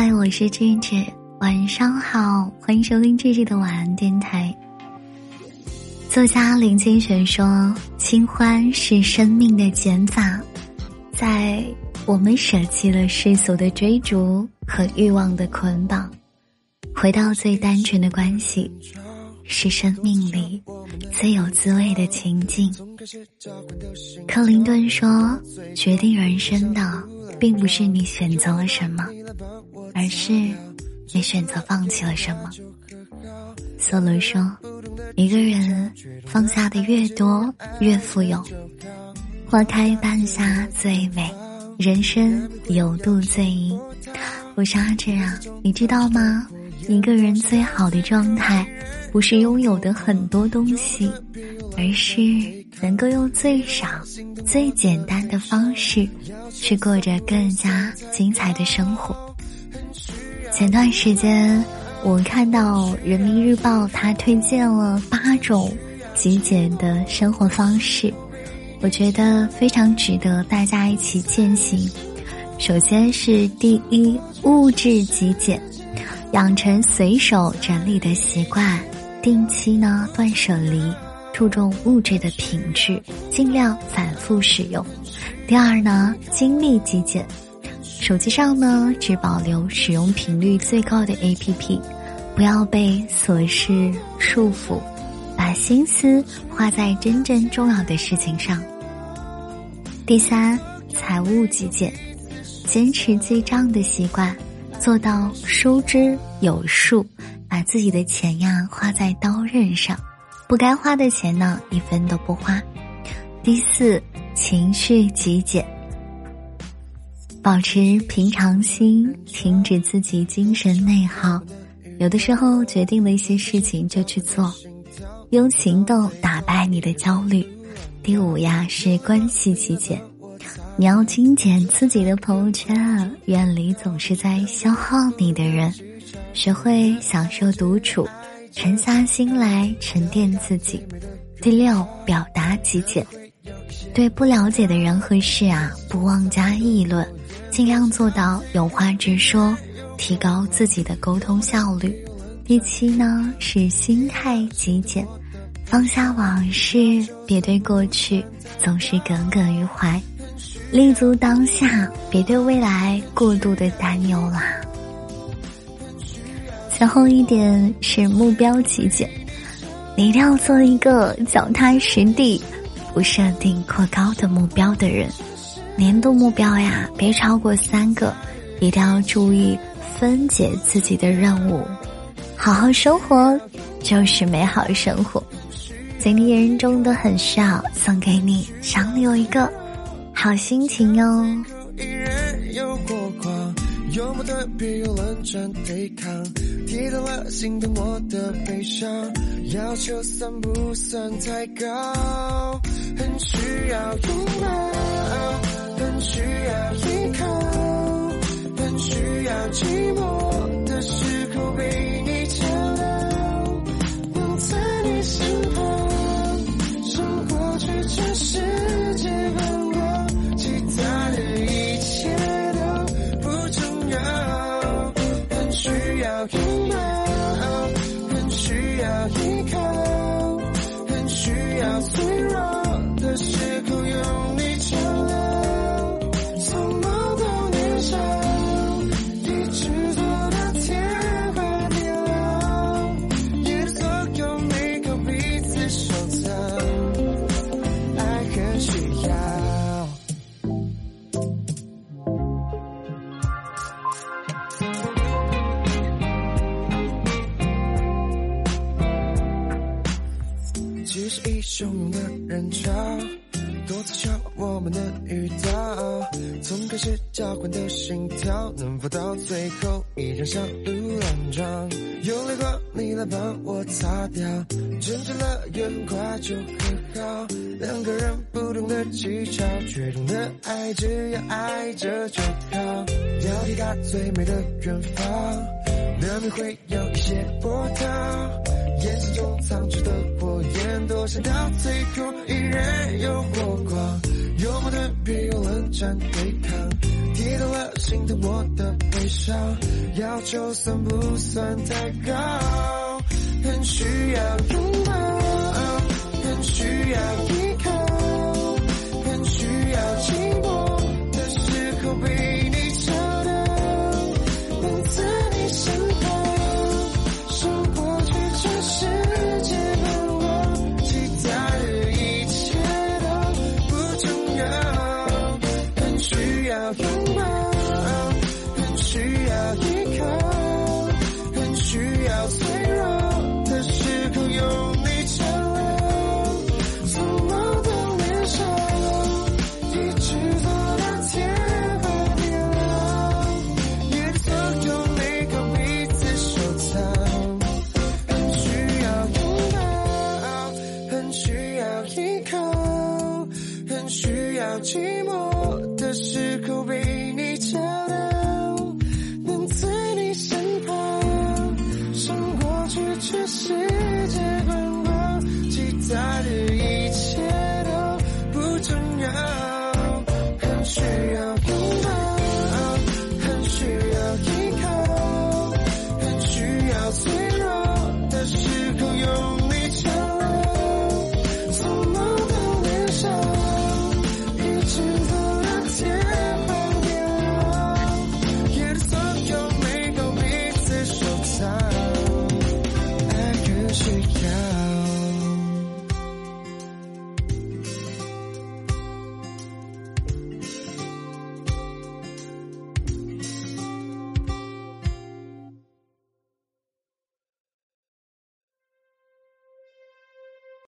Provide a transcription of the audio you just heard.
嗨，我是智智，晚上好，欢迎收听智智的晚安电台。作家林清玄说，清欢是生命的减法，在我们舍弃了世俗的追逐和欲望的捆绑，回到最单纯的关系，是生命里最有滋味的情境。克林顿说，决定人生的并不是你选择了什么，而是你选择放弃了什么。索罗说，一个人放下的越多越富有，花开半夏最美，人生有度最宜。我是阿志啊，你知道吗？一个人最好的状态不是拥有的很多东西，而是能够用最少最简单的方式去过着更加精彩的生活。前段时间我看到人民日报它推荐了8种极简的生活方式，我觉得非常值得大家一起践行。首先是第一，物质极简，养成随手整理的习惯，定期呢断舍离，注重物质的品质，尽量反复使用。第二呢，精力极简，手机上呢只保留使用频率最高的 APP， 不要被琐事束缚，把心思花在真正重要的事情上。第三，财务极简，坚持记账的习惯，做到收支有数，把自己的钱呀花在刀刃上，不该花的钱呢一分都不花。第四，情绪极简，保持平常心，停止自己精神内耗，有的时候决定了一些事情就去做，用行动打败你的焦虑。第五呀是关系极简，你要精简自己的朋友圈，远离总是在消耗你的人，学会享受独处，沉下心来沉淀自己。第六，表达极简，对不了解的人和事啊，不妄加议论，尽量做到有话直说，提高自己的沟通效率。第七呢是心态极简，放下往事，别对过去总是耿耿于怀，立足当下，别对未来过度的担忧啦。最后一点是目标极简，你一定要做一个脚踏实地，不设定过高的目标的人。年度目标呀，别超过3个，一定要注意分解自己的任务。好好生活就是美好生活。今天人中的很少，送给你，想你有一个好心情哟。 一人有火光，幽默的别用冷战对抗，提到了心疼我的悲伤，要求算不算太高？很需要拥抱，很需要依靠，很需要寂寞的时候被你照料，能在你身旁，胜过去全世界奔波，其他的一切都不重要。很需要拥抱，很需要依靠，很需要脆弱的时候有你照料，从懵懂年少一直走到天荒地老，也所有美好彼此收藏，爱很需要。其实一汹涌的人潮，多次敲我们的遇到，从开始交换的心跳，能否到最后依然像流浪状？有泪光你来帮我擦掉，真正了也很快就和好，两个人不同的技巧，却懂得爱，只要爱着就好。要抵达最美的远方，难免会有一些波涛，眼睛中藏着的火焰，多想到最后依然有火光， 幽默的别用冷战对抗，提到了心疼我的悲伤，要求算不算太高？很需要拥抱，很需要依靠，很需要寂寞的时候被你找到，能在你身旁，说过去这世界和我，其他的一切都不重要。很需要拥抱，很需要依靠，很需要脆弱的时候有你照亮，从我的脸上一直走到天荒地老，也总有每个彼此收藏。很需要拥抱，很需要依靠，很需要寂寞的时